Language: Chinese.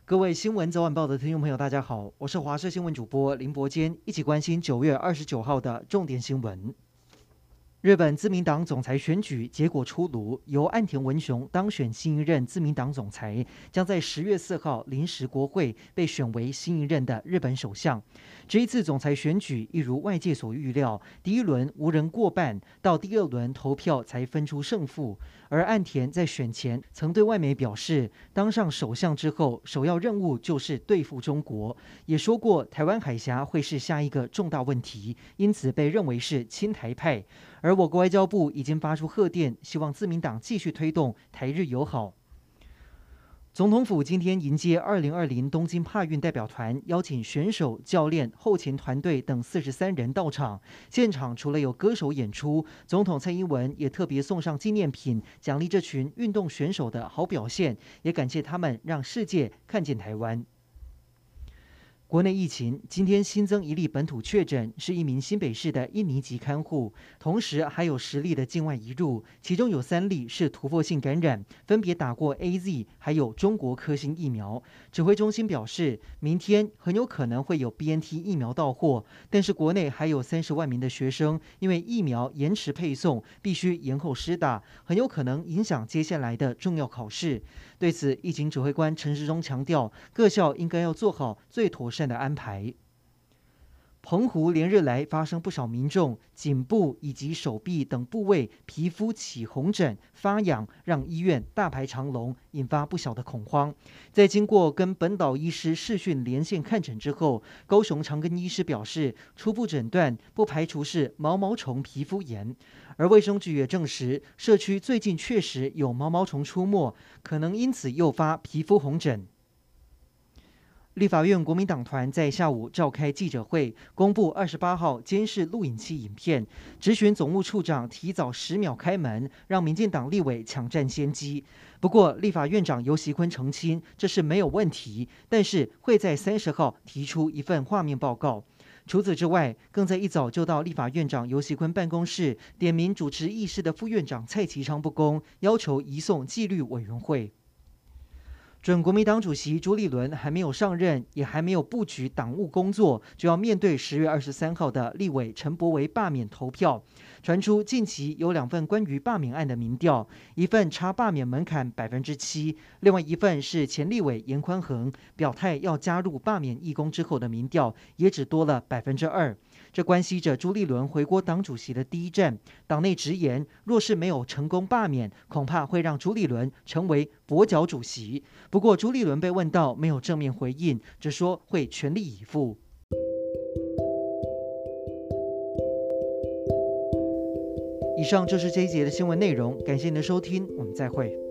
各位新闻早晚报的听众朋友，大家好，我是华视新闻主播林伯坚，一起关心9月29号的重点新闻。日本自民党总裁选举结果出炉，由岸田文雄当选新一任自民党总裁，将在10月4号临时国会被选为新一任的日本首相。这一次总裁选举一如外界所预料，第一轮无人过半，到第二轮投票才分出胜负。而岸田在选前曾对外媒表示，当上首相之后，首要任务就是对付中国，也说过台湾海峡会是下一个重大问题，因此被认为是亲台派。而我国外交部已经发出贺电，希望自民党继续推动台日友好。总统府今天迎接2020东京帕运代表团，邀请选手、教练、后勤团队等43人到场。现场除了有歌手演出，总统蔡英文也特别送上纪念品，奖励这群运动选手的好表现，也感谢他们让世界看见台湾。国内疫情，今天新增1例本土确诊，是一名新北市的印尼籍看护，同时还有10例的境外移入，其中有3例是突破性感染，分别打过 AZ 还有中国科兴疫苗。指挥中心表示，明天很有可能会有 BNT 疫苗到货，但是国内还有30万名的学生因为疫苗延迟配送，必须延后施打，很有可能影响接下来的重要考试。对此，疫情指挥官陈时中强调，各校应该要做好最妥善的安排。澎湖连日来发生不少民众颈部以及手臂等部位皮肤起红疹、发痒，让医院大排长龙，引发不小的恐慌。在经过跟本岛医师视讯连线看诊之后，高雄长庚医师表示，初步诊断不排除是毛毛虫皮肤炎。而卫生局也证实，社区最近确实有毛毛虫出没，可能因此诱发皮肤红疹。立法院国民党团在下午召开记者会，公布28号监视录影器影片，质询总务处长提早10秒开门，让民进党立委抢占先机。不过，立法院长游锡堃澄清，这是没有问题，但是会在30号提出一份画面报告。除此之外，更在一早就到立法院长游锡堃办公室，点名主持议事的副院长蔡其昌不公，要求移送纪律委员会。准国民党主席朱立伦还没有上任，也还没有布局党务工作，就要面对10月23号的立委陈柏惟罢免投票。传出近期有2份关于罢免案的民调，一份差罢免门槛7%，另外一份是前立委严宽恒表态要加入罢免义工之后的民调，也只多了2%。这关系着朱立伦回国党主席的第一站。党内直言，若是没有成功罢免，恐怕会让朱立伦成为跛脚主席。不过，朱立伦被问到没有正面回应，只说会全力以赴。以上就是这一节的新闻内容，感谢您的收听，我们再会。